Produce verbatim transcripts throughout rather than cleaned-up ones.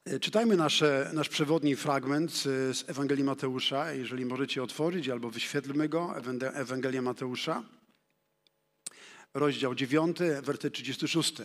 Czytajmy nasze, nasz przewodni fragment z Ewangelii Mateusza, jeżeli możecie otworzyć, albo wyświetlmy go, Ewangelia Mateusza, rozdział dziewiąty, werset trzydziesty szósty.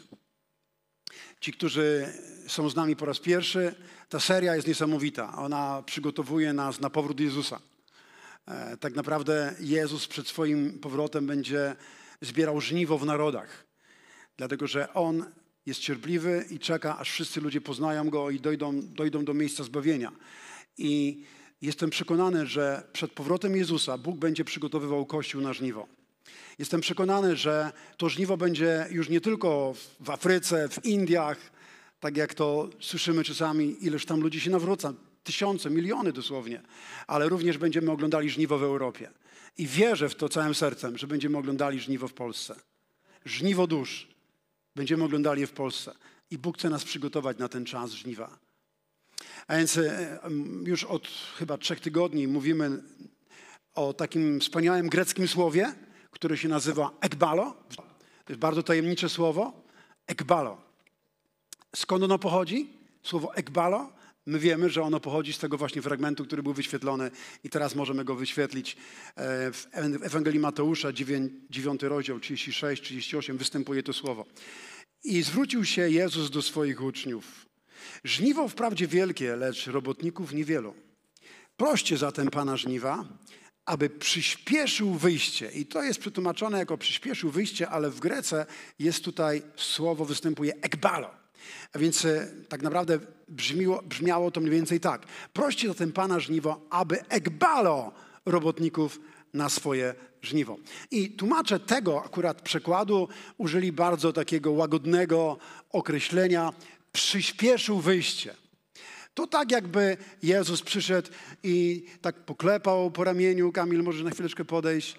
Ci, którzy są z nami po raz pierwszy, ta seria jest niesamowita. Ona przygotowuje nas na powrót Jezusa. Tak naprawdę Jezus przed swoim powrotem będzie zbierał żniwo w narodach, dlatego że On jest cierpliwy i czeka, aż wszyscy ludzie poznają Go i dojdą, dojdą do miejsca zbawienia. I jestem przekonany, że przed powrotem Jezusa Bóg będzie przygotowywał Kościół na żniwo. Jestem przekonany, że to żniwo będzie już nie tylko w Afryce, w Indiach, tak jak to słyszymy czasami, ileż tam ludzi się nawróca, tysiące, miliony dosłownie, ale również będziemy oglądali żniwo w Europie. I wierzę w to całym sercem, że będziemy oglądali żniwo w Polsce. Żniwo dusz. Będziemy oglądali je w Polsce. I Bóg chce nas przygotować na ten czas żniwa. A więc już od chyba trzech tygodni mówimy o takim wspaniałym greckim słowie, które się nazywa ekbalo. To jest bardzo tajemnicze słowo. Ekbalo. Skąd ono pochodzi? Słowo ekbalo. My wiemy, że ono pochodzi z tego właśnie fragmentu, który był wyświetlony i teraz możemy go wyświetlić. W Ewangelii Mateusza, dziewiąty rozdział, trzydzieści sześć, trzydzieści osiem, występuje to słowo. I zwrócił się Jezus do swoich uczniów. Żniwo wprawdzie wielkie, lecz robotników niewielu. Proście zatem Pana żniwa, aby przyspieszył wyjście. I to jest przetłumaczone jako przyspieszył wyjście, ale w Grece jest tutaj słowo, występuje ekbalo. A więc tak naprawdę brzmiło, brzmiało to mniej więcej tak. Proście zatem Pana żniwo, aby ekbalo robotników na swoje żniwo. I tłumacze tego akurat przekładu użyli bardzo takiego łagodnego określenia przyspieszył wyjście. To tak jakby Jezus przyszedł i tak poklepał po ramieniu. Kamil, może na chwileczkę podejść.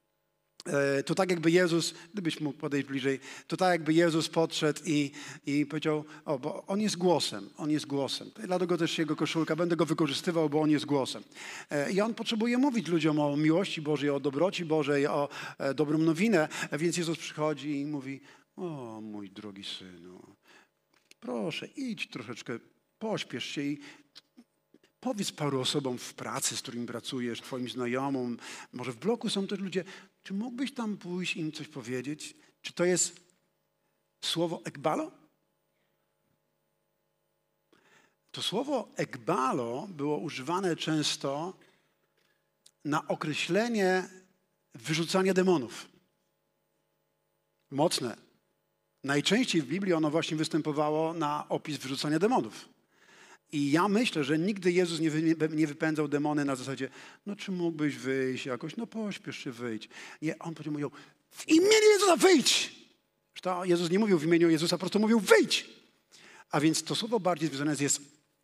To tak jakby Jezus, gdybyś mógł podejść bliżej, to tak jakby Jezus podszedł i, i powiedział, o, bo On jest głosem, On jest głosem. Dlatego też jego koszulka, będę go wykorzystywał, bo On jest głosem. I On potrzebuje mówić ludziom o miłości Bożej, o dobroci Bożej, o dobrą nowinę, więc Jezus przychodzi i mówi, o mój drogi synu, proszę idź troszeczkę, pośpiesz się i powiedz paru osobom w pracy, z którymi pracujesz, twoim znajomym, może w bloku są też ludzie, czy mógłbyś tam pójść i im coś powiedzieć? Czy to jest słowo ekbalo? To słowo ekbalo było używane często na określenie wyrzucania demonów. Mocne. Najczęściej w Biblii ono właśnie występowało na opis wyrzucania demonów. I ja myślę, że nigdy Jezus nie, wy, nie wypędzał demony na zasadzie, no czy mógłbyś wyjść jakoś, no pośpiesz się, wyjdź. Nie, On powiedział, w imieniu Jezusa wyjdź. Zresztą Jezus nie mówił w imieniu Jezusa, po prostu mówił wyjdź. A więc to słowo bardziej związane jest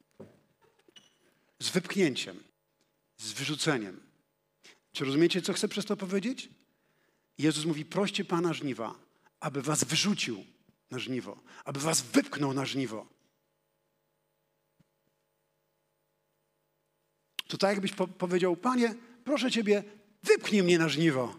z wypchnięciem, z wyrzuceniem. Czy rozumiecie, co chcę przez to powiedzieć? Jezus mówi, proście Pana żniwa, aby was wyrzucił na żniwo, aby was wypchnął na żniwo. To tak jakbyś po- powiedział, Panie, proszę Ciebie, wypchnij mnie na żniwo.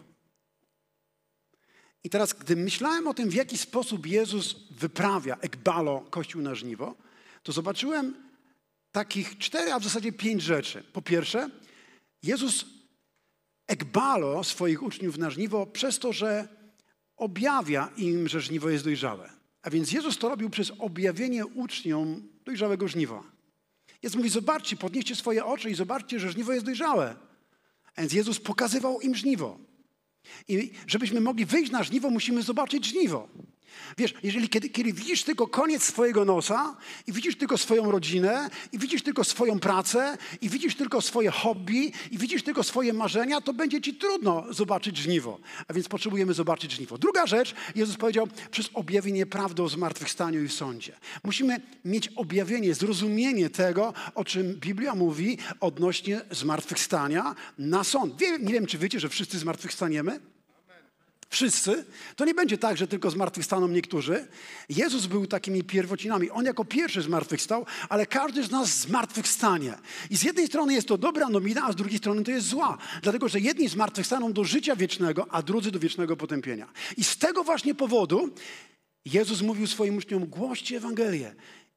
I teraz, gdy myślałem o tym, w jaki sposób Jezus wyprawia ekbalo Kościół na żniwo, to zobaczyłem takich cztery, a w zasadzie pięć rzeczy. Po pierwsze, Jezus ekbalo swoich uczniów na żniwo przez to, że objawia im, że żniwo jest dojrzałe. A więc Jezus to robił przez objawienie uczniom dojrzałego żniwa. Jezus mówi, zobaczcie, podnieście swoje oczy i zobaczcie, że żniwo jest dojrzałe. A więc Jezus pokazywał im żniwo. I żebyśmy mogli wyjść na żniwo, musimy zobaczyć żniwo. Wiesz, jeżeli kiedy, kiedy widzisz tylko koniec swojego nosa i widzisz tylko swoją rodzinę i widzisz tylko swoją pracę i widzisz tylko swoje hobby i widzisz tylko swoje marzenia, to będzie ci trudno zobaczyć żniwo. A więc potrzebujemy zobaczyć żniwo. Druga rzecz, Jezus powiedział, przez objawienie prawdy o zmartwychwstaniu i w sądzie. Musimy mieć objawienie, zrozumienie tego, o czym Biblia mówi odnośnie zmartwychwstania na sąd. Wie, nie wiem, czy wiecie, że wszyscy zmartwychwstaniemy? Wszyscy. To nie będzie tak, że tylko zmartwychwstaną niektórzy. Jezus był takimi pierwocinami. On jako pierwszy zmartwychwstał, ale każdy z nas zmartwychwstanie. I z jednej strony jest to dobra nowina, a z drugiej strony to jest zła. Dlatego, że jedni zmartwychwstaną do życia wiecznego, a drudzy do wiecznego potępienia. I z tego właśnie powodu Jezus mówił swoim uczniom, głoście Ewangelię.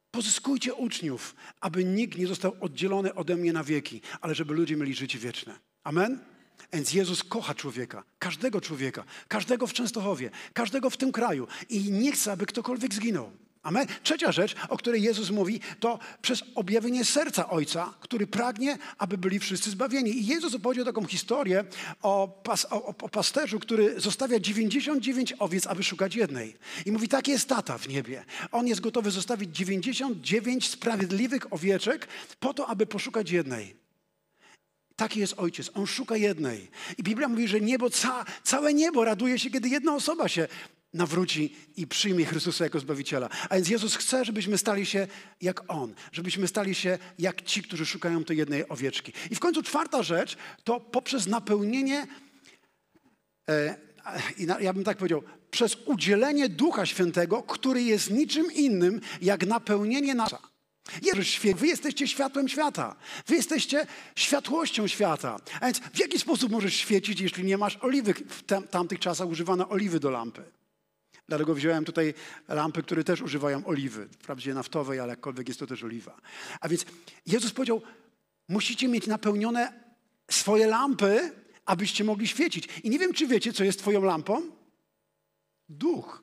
Pozyskujcie uczniów, aby nikt nie został oddzielony ode mnie na wieki, ale żeby ludzie mieli życie wieczne. Amen? Więc Jezus kocha człowieka, każdego człowieka, każdego w Częstochowie, każdego w tym kraju i nie chce, aby ktokolwiek zginął. Amen. Trzecia rzecz, o której Jezus mówi, to przez objawienie serca Ojca, który pragnie, aby byli wszyscy zbawieni. I Jezus opowiedział taką historię o, pas, o, o pasterzu, który zostawia dziewięćdziesiąt dziewięć owiec, aby szukać jednej. I mówi, tak jest tata w niebie. On jest gotowy zostawić dziewięćdziesiąt dziewięć sprawiedliwych owieczek po to, aby poszukać jednej. Taki jest Ojciec. On szuka jednej. I Biblia mówi, że niebo, ca, całe niebo raduje się, kiedy jedna osoba się nawróci i przyjmie Chrystusa jako Zbawiciela. A więc Jezus chce, żebyśmy stali się jak On. Żebyśmy stali się jak ci, którzy szukają tej jednej owieczki. I w końcu czwarta rzecz to poprzez napełnienie, e, na, ja bym tak powiedział, przez udzielenie Ducha Świętego, który jest niczym innym jak napełnienie nasza. Wy jesteście światłem świata. Wy jesteście światłością świata. A więc w jaki sposób możesz świecić, jeśli nie masz oliwy? W tam, tamtych czasach używano oliwy do lampy. Dlatego wziąłem tutaj lampy, które też używają oliwy. Wprawdzie naftowej, ale jakkolwiek jest to też oliwa. A więc Jezus powiedział, musicie mieć napełnione swoje lampy, abyście mogli świecić. I nie wiem, czy wiecie, co jest twoją lampą? Duch.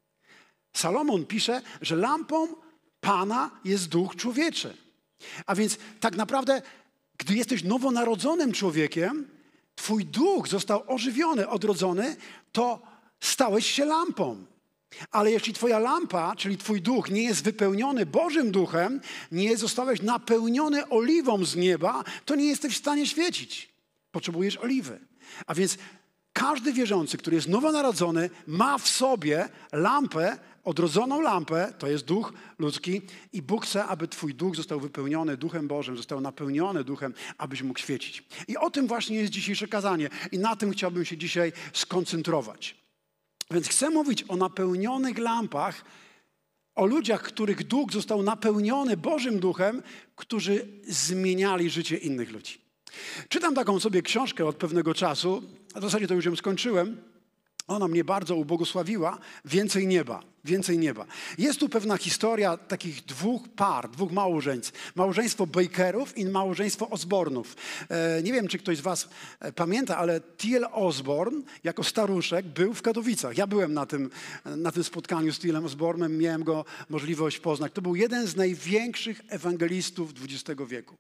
Salomon pisze, że lampą Pana jest duch człowieczy. A więc tak naprawdę, gdy jesteś nowonarodzonym człowiekiem, twój duch został ożywiony, odrodzony, to stałeś się lampą. Ale jeśli twoja lampa, czyli twój duch, nie jest wypełniony Bożym Duchem, nie zostałeś napełniony oliwą z nieba, to nie jesteś w stanie świecić. Potrzebujesz oliwy. A więc każdy wierzący, który jest nowonarodzony, ma w sobie lampę, odrodzoną lampę, to jest duch ludzki i Bóg chce, aby twój duch został wypełniony Duchem Bożym, został napełniony Duchem, abyś mógł świecić. I o tym właśnie jest dzisiejsze kazanie i na tym chciałbym się dzisiaj skoncentrować. Więc chcę mówić o napełnionych lampach, o ludziach, których duch został napełniony Bożym Duchem, którzy zmieniali życie innych ludzi. Czytam taką sobie książkę od pewnego czasu, a w zasadzie to już ją skończyłem. Ona mnie bardzo ubłogosławiła. Więcej nieba, więcej nieba. Jest tu pewna historia takich dwóch par, dwóch małżeństw. Małżeństwo Bakerów i małżeństwo Osbornów. E, nie wiem, czy ktoś z was pamięta, ale T L Osborne jako staruszek był w Katowicach. Ja byłem na tym, na tym spotkaniu z T L Osbornem, miałem go możliwość poznać. To był jeden z największych ewangelistów dwudziestego wieku.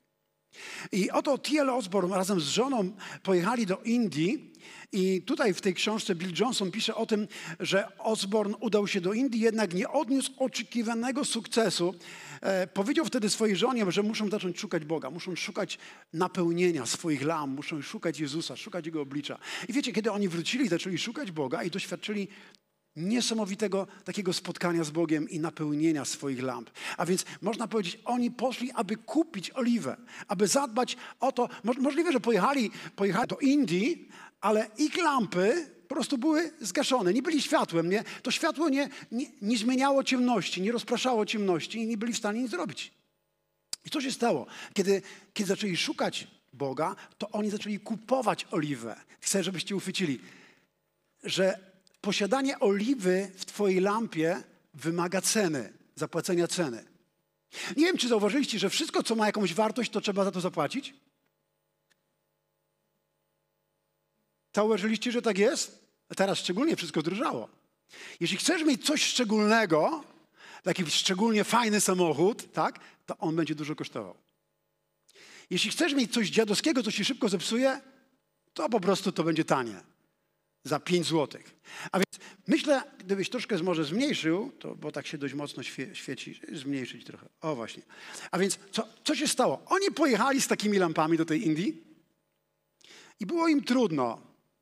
I oto T L Osborne razem z żoną pojechali do Indii i tutaj w tej książce Bill Johnson pisze o tym, że Osborne udał się do Indii, jednak nie odniósł oczekiwanego sukcesu. E, powiedział wtedy swojej żonie, że muszą zacząć szukać Boga, muszą szukać napełnienia swoich lamp, muszą szukać Jezusa, szukać Jego oblicza. I wiecie, kiedy oni wrócili, zaczęli szukać Boga i doświadczyli niesamowitego takiego spotkania z Bogiem i napełnienia swoich lamp. A więc można powiedzieć, oni poszli, aby kupić oliwę, aby zadbać o to. Możliwe, że pojechali, pojechali do Indii, ale ich lampy po prostu były zgaszone, nie byli światłem. Nie? To światło nie, nie, nie zmieniało ciemności, nie rozpraszało ciemności i nie byli w stanie nic zrobić. I co się stało? Kiedy, kiedy zaczęli szukać Boga, to oni zaczęli kupować oliwę. Chcę, żebyście uchwycili, że posiadanie oliwy w twojej lampie wymaga ceny, zapłacenia ceny. Nie wiem, czy zauważyliście, że wszystko, co ma jakąś wartość, to trzeba za to zapłacić? Zauważyliście, że tak jest? A teraz szczególnie wszystko zdrożało. Jeśli chcesz mieć coś szczególnego, taki szczególnie fajny samochód, tak, to on będzie dużo kosztował. Jeśli chcesz mieć coś dziadowskiego, co się szybko zepsuje, to po prostu to będzie tanie. Za pięć złotych. A więc myślę, gdybyś troszkę może zmniejszył, to, bo tak się dość mocno świe, świeci, zmniejszyć trochę. O właśnie. A więc co, co się stało? Oni pojechali z takimi lampami do tej Indii i było im trudno.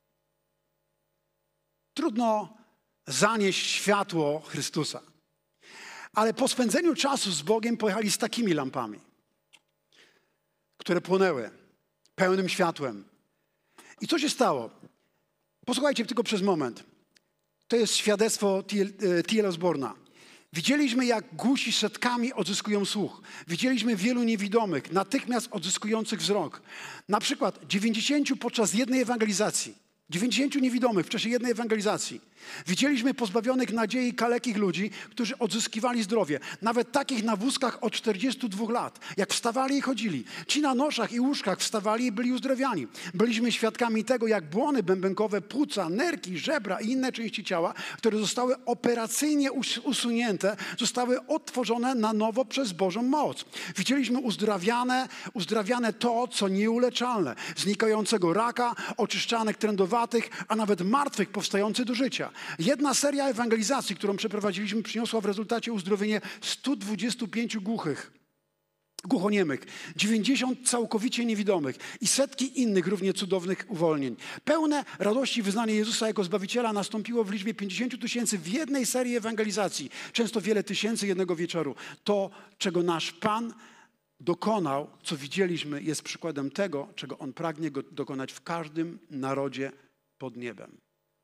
Trudno zanieść światło Chrystusa. Ale po spędzeniu czasu z Bogiem pojechali z takimi lampami, które płonęły pełnym światłem. I co się stało? Posłuchajcie tylko przez moment. To jest świadectwo T L Osborna. Widzieliśmy, jak głusi setkami odzyskują słuch. Widzieliśmy wielu niewidomych, natychmiast odzyskujących wzrok. Na przykład dziewięćdziesięciu podczas jednej ewangelizacji. dziewięćdziesięciu niewidomych w czasie jednej ewangelizacji. Widzieliśmy pozbawionych nadziei kalekich ludzi, którzy odzyskiwali zdrowie. Nawet takich na wózkach od czterdziestu dwóch lat. Jak wstawali i chodzili. Ci na noszach i łóżkach wstawali i byli uzdrawiani. Byliśmy świadkami tego, jak błony bębenkowe, płuca, nerki, żebra i inne części ciała, które zostały operacyjnie usunięte, zostały odtworzone na nowo przez Bożą moc. Widzieliśmy uzdrawiane, uzdrawiane to, co nieuleczalne. Znikającego raka, oczyszczanych trędowatych, a nawet martwych powstających do życia. Jedna seria ewangelizacji, którą przeprowadziliśmy, przyniosła w rezultacie uzdrowienie stu dwudziestu pięciu głuchych, głuchoniemych, dziewięćdziesięciu całkowicie niewidomych i setki innych równie cudownych uwolnień. Pełne radości wyznanie Jezusa jako Zbawiciela nastąpiło w liczbie pięćdziesięciu tysięcy w jednej serii ewangelizacji. Często wiele tysięcy jednego wieczoru. To, czego nasz Pan dokonał, co widzieliśmy, jest przykładem tego, czego On pragnie go dokonać w każdym narodzie pod niebem.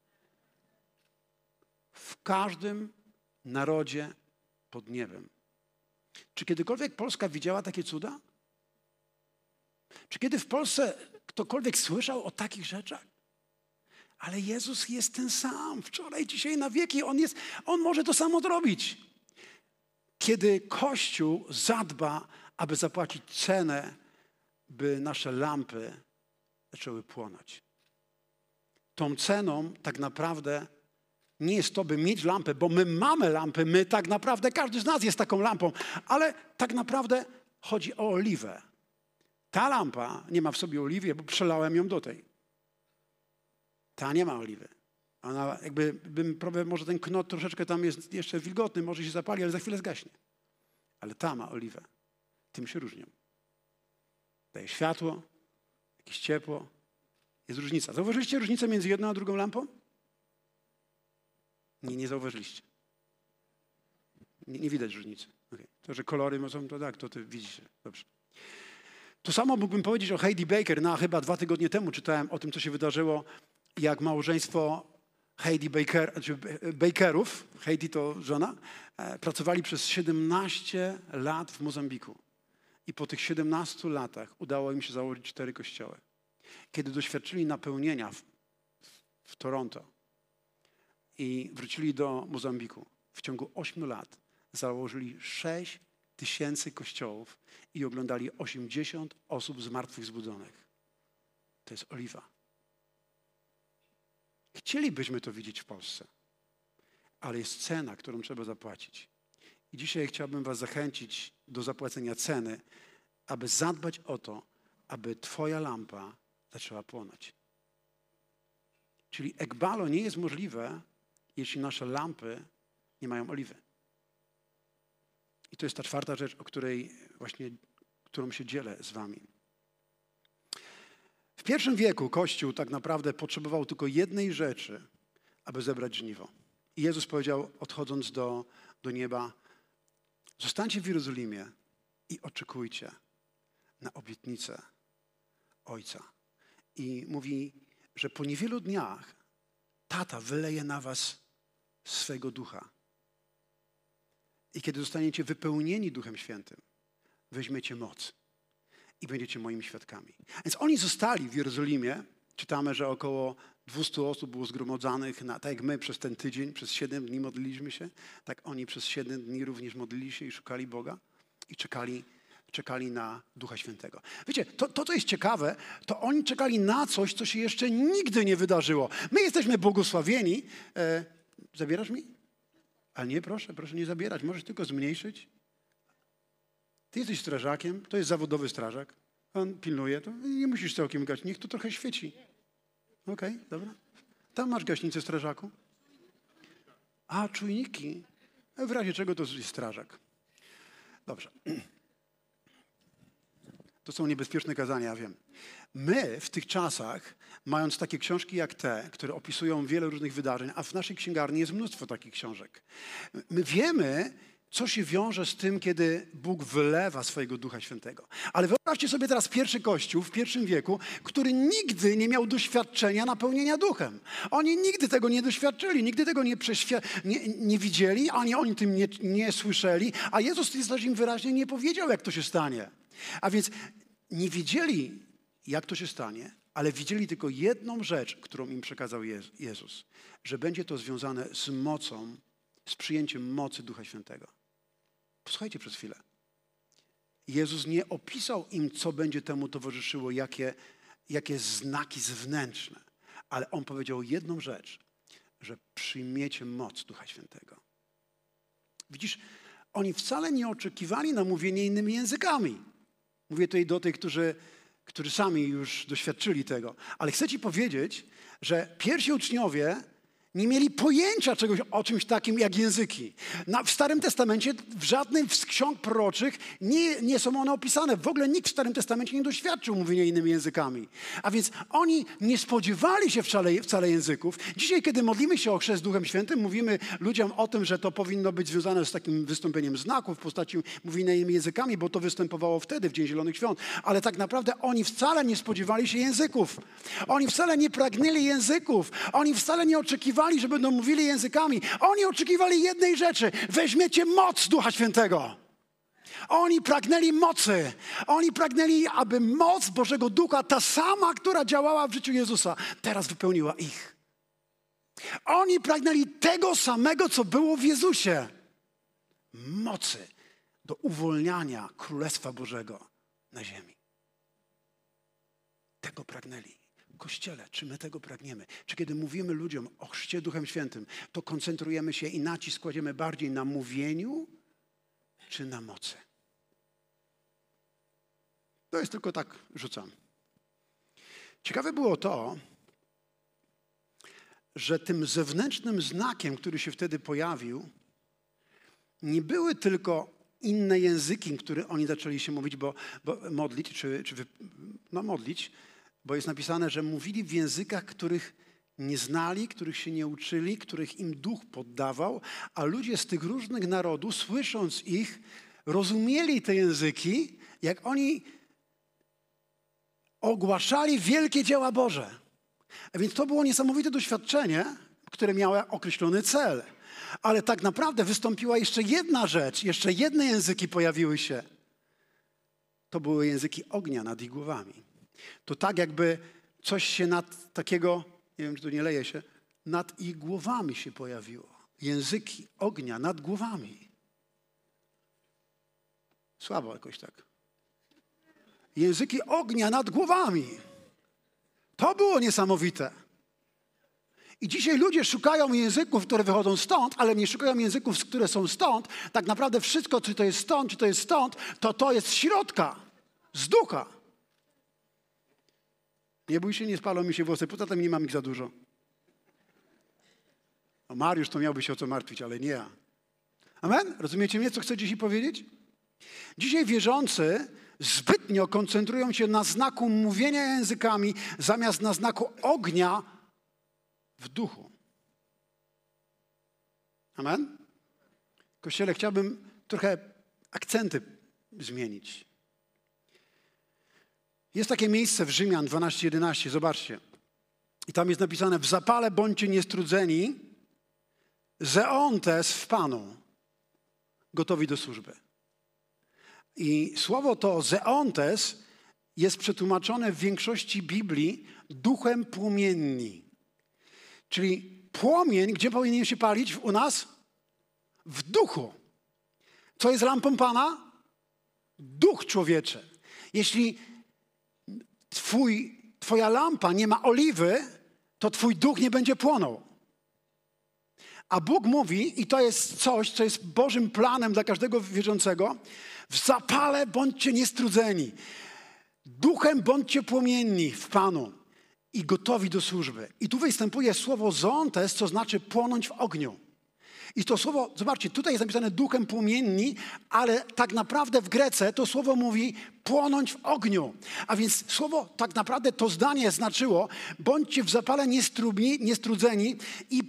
W każdym narodzie pod niebem. Czy kiedykolwiek Polska widziała takie cuda? Czy kiedy w Polsce ktokolwiek słyszał o takich rzeczach? Ale Jezus jest ten sam, wczoraj, dzisiaj, na wieki. On, jest, on może to samo zrobić. Kiedy Kościół zadba, aby zapłacić cenę, by nasze lampy zaczęły płonąć. Tą ceną tak naprawdę nie jest to, by mieć lampę, bo my mamy lampy, my tak naprawdę, każdy z nas jest taką lampą, ale tak naprawdę chodzi o oliwę. Ta lampa nie ma w sobie oliwy, bo przelałem ją do tej. Ta nie ma oliwy. Ona jakby, bym, może ten knot troszeczkę tam jest jeszcze wilgotny, może się zapali, ale za chwilę zgaśnie. Ale ta ma oliwę. Tym się różnią. Daje światło, jakieś ciepło. Jest różnica. Zauważyliście różnicę między jedną a drugą lampą? Nie, nie zauważyliście. Nie, nie widać różnicy. Okay. To, że kolory są, to tak, to ty widzicie. Dobrze. To samo mógłbym powiedzieć o Heidi Baker. No, chyba dwa tygodnie temu czytałem o tym, co się wydarzyło, jak małżeństwo Heidi Baker, znaczy Bakerów, Heidi to żona, e, pracowali przez siedemnaście lat w Mozambiku. I po tych siedemnastu latach udało im się założyć cztery kościoły. Kiedy doświadczyli napełnienia w, w Toronto i wrócili do Mozambiku, w ciągu ośmiu lat założyli sześć tysięcy kościołów i oglądali osiemdziesiąt osób zmartwychwzbudzonych. To jest oliwa. Chcielibyśmy to widzieć w Polsce, ale jest cena, którą trzeba zapłacić. I dzisiaj chciałbym was zachęcić do zapłacenia ceny, aby zadbać o to, aby twoja lampa zaczęła płonąć. Czyli ekbalo nie jest możliwe, jeśli nasze lampy nie mają oliwy. I to jest ta czwarta rzecz, o której właśnie, którą się dzielę z wami. W pierwszym wieku Kościół tak naprawdę potrzebował tylko jednej rzeczy, aby zebrać żniwo. I Jezus powiedział, odchodząc do, do nieba, zostańcie w Jerozolimie i oczekujcie na obietnicę Ojca. I mówi, że po niewielu dniach Tata wyleje na was swego ducha. I kiedy zostaniecie wypełnieni Duchem Świętym, weźmiecie moc i będziecie moimi świadkami. Więc oni zostali w Jerozolimie. Czytamy, że około dwieście osób było zgromadzonych, na, tak jak my przez ten tydzień, przez siedem dni modliliśmy się, tak oni przez siedem dni również modlili się i szukali Boga i czekali, czekali na Ducha Świętego. Wiecie, to, to, co jest ciekawe, to oni czekali na coś, co się jeszcze nigdy nie wydarzyło. My jesteśmy błogosławieni. E, zabierasz mi? Ale nie, proszę, proszę nie zabierać. Możesz tylko zmniejszyć. Ty jesteś strażakiem, to jest zawodowy strażak. On pilnuje, to nie musisz całkiem gasić. Niech to trochę świeci. Okej, okay, dobra. Tam masz gaśnicę strażaku. A, czujniki. W razie czego to jest strażak. Dobrze. To są niebezpieczne kazania, ja wiem. My w tych czasach, mając takie książki jak te, które opisują wiele różnych wydarzeń, a w naszej księgarni jest mnóstwo takich książek. My wiemy, co się wiąże z tym, kiedy Bóg wylewa swojego Ducha Świętego. Ale wyobraźcie sobie teraz pierwszy Kościół w pierwszym wieku, który nigdy nie miał doświadczenia napełnienia Duchem. Oni nigdy tego nie doświadczyli, nigdy tego nie, nie, nie widzieli, ani oni tym nie, nie słyszeli, a Jezus też im wyraźnie nie powiedział, jak to się stanie. A więc nie wiedzieli, jak to się stanie, ale widzieli tylko jedną rzecz, którą im przekazał Jezus, że będzie to związane z mocą, z przyjęciem mocy Ducha Świętego. Posłuchajcie przez chwilę. Jezus nie opisał im, co będzie temu towarzyszyło, jakie, jakie znaki zewnętrzne, ale On powiedział jedną rzecz, że przyjmiecie moc Ducha Świętego. Widzisz, oni wcale nie oczekiwali na mówienie innymi językami. Mówię tutaj do tych, którzy, którzy sami już doświadczyli tego. Ale chcę ci powiedzieć, że pierwsi uczniowie nie mieli pojęcia czegoś o czymś takim jak języki. Na, w Starym Testamencie w żadnym z ksiąg proroczych nie, nie są one opisane. W ogóle nikt w Starym Testamencie nie doświadczył mówienia innymi językami. A więc oni nie spodziewali się wcale, wcale języków. Dzisiaj, kiedy modlimy się o chrzest Duchem Świętym, mówimy ludziom o tym, że to powinno być związane z takim wystąpieniem znaków w postaci mówienia innymi językami, bo to występowało wtedy, w Dzień Zielonych Świąt. Ale tak naprawdę oni wcale nie spodziewali się języków. Oni wcale nie pragnęli języków. Oni wcale nie oczekiwali, że będą mówili językami. Oni oczekiwali jednej rzeczy. Weźmiecie moc Ducha Świętego. Oni pragnęli mocy. Oni pragnęli, aby moc Bożego Ducha, ta sama, która działała w życiu Jezusa, teraz wypełniła ich. Oni pragnęli tego samego, co było w Jezusie. Mocy do uwolniania Królestwa Bożego na ziemi. Tego pragnęli. Kościele, czy my tego pragniemy? Czy kiedy mówimy ludziom o chrzcie Duchem Świętym, to koncentrujemy się i nacisk kładziemy bardziej na mówieniu, czy na mocy? To jest tylko tak, rzucam. Ciekawe było to, że tym zewnętrznym znakiem, który się wtedy pojawił, nie były tylko inne języki, które oni zaczęli się mówić, bo, bo modlić, czy, czy no modlić, bo jest napisane, że mówili w językach, których nie znali, których się nie uczyli, których im duch poddawał, a ludzie z tych różnych narodów, słysząc ich, rozumieli te języki, jak oni ogłaszali wielkie dzieła Boże. A więc to było niesamowite doświadczenie, które miało określony cel. Ale tak naprawdę wystąpiła jeszcze jedna rzecz, jeszcze jedne języki pojawiły się. To były języki ognia nad ich głowami. To tak jakby coś się nad takiego, nie wiem czy to nie leje się, nad ich głowami się pojawiło. Języki ognia nad głowami. Słabo jakoś tak. Języki ognia nad głowami. To było niesamowite. I dzisiaj ludzie szukają języków, które wychodzą stąd, ale nie szukają języków, które są stąd. Tak naprawdę wszystko, czy to jest stąd, czy to jest stąd, to to jest z środka, z ducha. Nie bój się, nie spalą mi się włosy, poza tym nie mam ich za dużo. No Mariusz to miałby się o co martwić, ale nie ja. Amen? Rozumiecie mnie, co chcę dzisiaj powiedzieć? Dzisiaj wierzący zbytnio koncentrują się na znaku mówienia językami, zamiast na znaku ognia w duchu. Amen? Kościele, chciałbym trochę akcenty zmienić. Jest takie miejsce w Rzymian dwanaście jedenaście, zobaczcie. I tam jest napisane: w zapale bądźcie niestrudzeni, zeontes w Panu, gotowi do służby. I słowo to zeontes jest przetłumaczone w większości Biblii duchem płomienni. Czyli płomień, gdzie powinien się palić u nas? W duchu. Co jest lampą Pana? Duch człowieczy. Jeśli twój, twoja lampa nie ma oliwy, to twój duch nie będzie płonął. A Bóg mówi, i to jest coś, co jest Bożym planem dla każdego wierzącego: w zapale bądźcie niestrudzeni, duchem bądźcie płomienni w Panu i gotowi do służby. I tu występuje słowo zoontes, co znaczy płonąć w ogniu. I to słowo, zobaczcie, tutaj jest napisane duchem płomienni, ale tak naprawdę w Grece to słowo mówi płonąć w ogniu. A więc słowo, tak naprawdę to zdanie znaczyło: bądźcie w zapale niestrudni, niestrudzeni i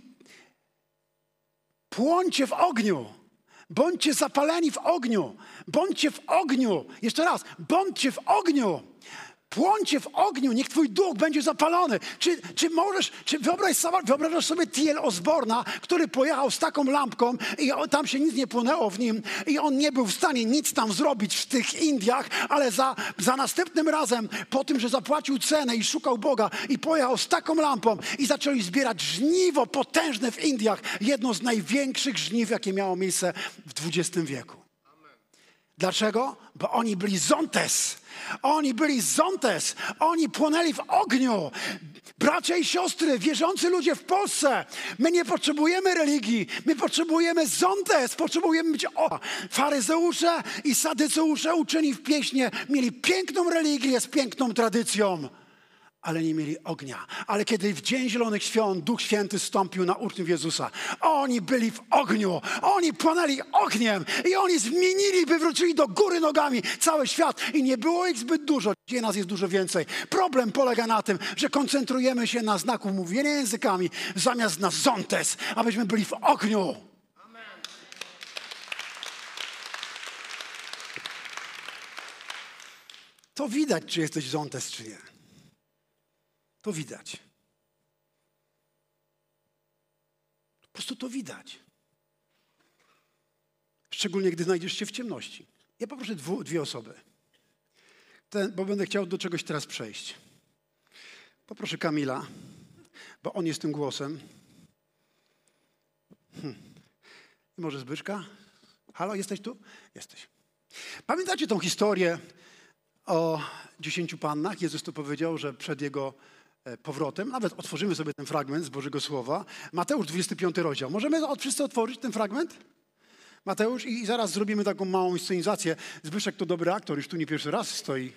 płońcie w ogniu. Bądźcie zapaleni w ogniu. Bądźcie w ogniu. Jeszcze raz, bądźcie w ogniu. Płońcie w ogniu, niech twój duch będzie zapalony. Czy, czy możesz, czy wyobraź sobie, wyobrażasz sobie T L Osborna, który pojechał z taką lampką i tam się nic nie płonęło w nim i on nie był w stanie nic tam zrobić w tych Indiach, ale za, za następnym razem, po tym, że zapłacił cenę i szukał Boga i pojechał z taką lampą i zaczęli zbierać żniwo potężne w Indiach. Jedno z największych żniw, jakie miało miejsce w dwudziestym wieku. Dlaczego? Bo oni byli zontes. Oni byli zontes. Oni płonęli w ogniu. Bracia i siostry, wierzący ludzie w Polsce, my nie potrzebujemy religii. My potrzebujemy zontes. Potrzebujemy być o. Faryzeusze i sadyceusze uczeni w pieśni mieli piękną religię z piękną tradycją, ale nie mieli ognia. Ale kiedy w Dzień Zielonych Świąt Duch Święty zstąpił na uczniów Jezusa, oni byli w ogniu, oni płonęli ogniem i oni zmienili, wywrócili do góry nogami cały świat i nie było ich zbyt dużo. Dzisiaj nas jest dużo więcej. Problem polega na tym, że koncentrujemy się na znaku mówienia językami zamiast na zontes, abyśmy byli w ogniu. To widać, czy jesteś zontes, czy nie. To widać. Po prostu to widać. Szczególnie, gdy znajdziesz się w ciemności. Ja poproszę dwu, dwie osoby, Ten, bo będę chciał do czegoś teraz przejść. Poproszę Kamila, bo on jest tym głosem. Hm. Może Zbyszka? Halo, jesteś tu? Jesteś. Pamiętacie tą historię o dziesięciu pannach? Jezus tu powiedział, że przed Jego powrotem, nawet otworzymy sobie ten fragment z Bożego Słowa. Mateusz, dwudziesty piąty rozdział. Możemy wszyscy otworzyć ten fragment? Mateusz i zaraz zrobimy taką małą inscenizację. Zbyszek to dobry aktor, już tu nie pierwszy raz stoi.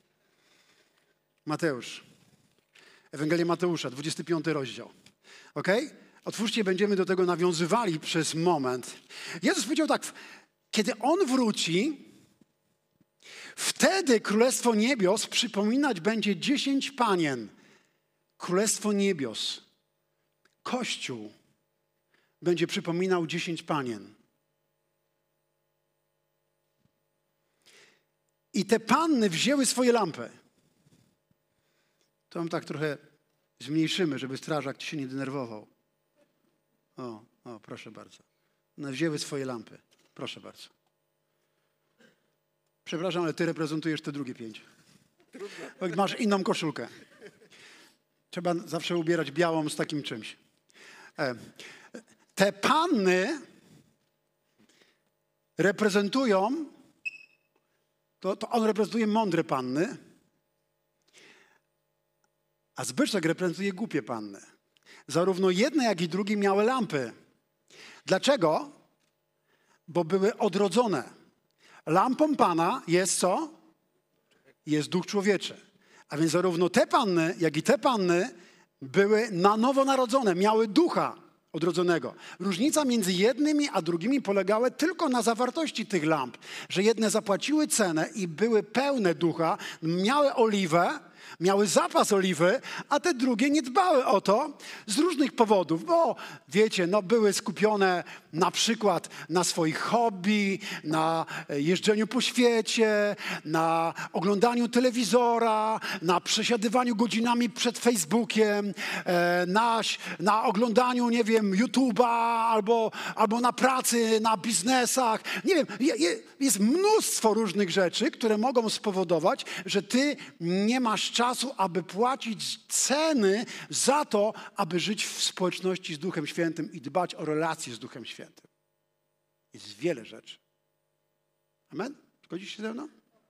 Mateusz. Ewangelia Mateusza, dwudziesty piąty rozdział. Ok? Otwórzcie, będziemy do tego nawiązywali przez moment. Jezus powiedział tak, kiedy On wróci, wtedy Królestwo Niebios przypominać będzie dziesięć panien. Królestwo Niebios, Kościół będzie przypominał dziesięć panien. I te panny wzięły swoje lampy. To ją tak trochę zmniejszymy, żeby strażak się nie denerwował. O, o, proszę bardzo. One wzięły swoje lampy. Proszę bardzo. Przepraszam, ale ty reprezentujesz te drugie pięć. Masz inną koszulkę. Trzeba zawsze ubierać białą z takim czymś. Te panny reprezentują, to, to on reprezentuje mądre panny, a Zbyszek reprezentuje głupie panny. Zarówno jedne, jak i drugie miały lampy. Dlaczego? Bo były odrodzone. Lampą Pana jest co? Jest duch człowieczy. A więc zarówno te panny, jak i te panny były na nowo narodzone, miały ducha odrodzonego. Różnica między jednymi a drugimi polegała tylko na zawartości tych lamp, że jedne zapłaciły cenę i były pełne ducha, miały oliwę, miały zapas oliwy, a te drugie nie dbały o to z różnych powodów, bo wiecie, no były skupione na przykład na swoich hobby, na jeżdżeniu po świecie, na oglądaniu telewizora, na przesiadywaniu godzinami przed Facebookiem, na, na oglądaniu, nie wiem, YouTube'a albo, albo na pracy, na biznesach. Nie wiem, je, jest mnóstwo różnych rzeczy, które mogą spowodować, że ty nie masz czasu, aby płacić ceny za to, aby żyć w społeczności z Duchem Świętym i dbać o relacje z Duchem Świętym. Jest wiele rzeczy. Amen? Zgodzisz się ze mną?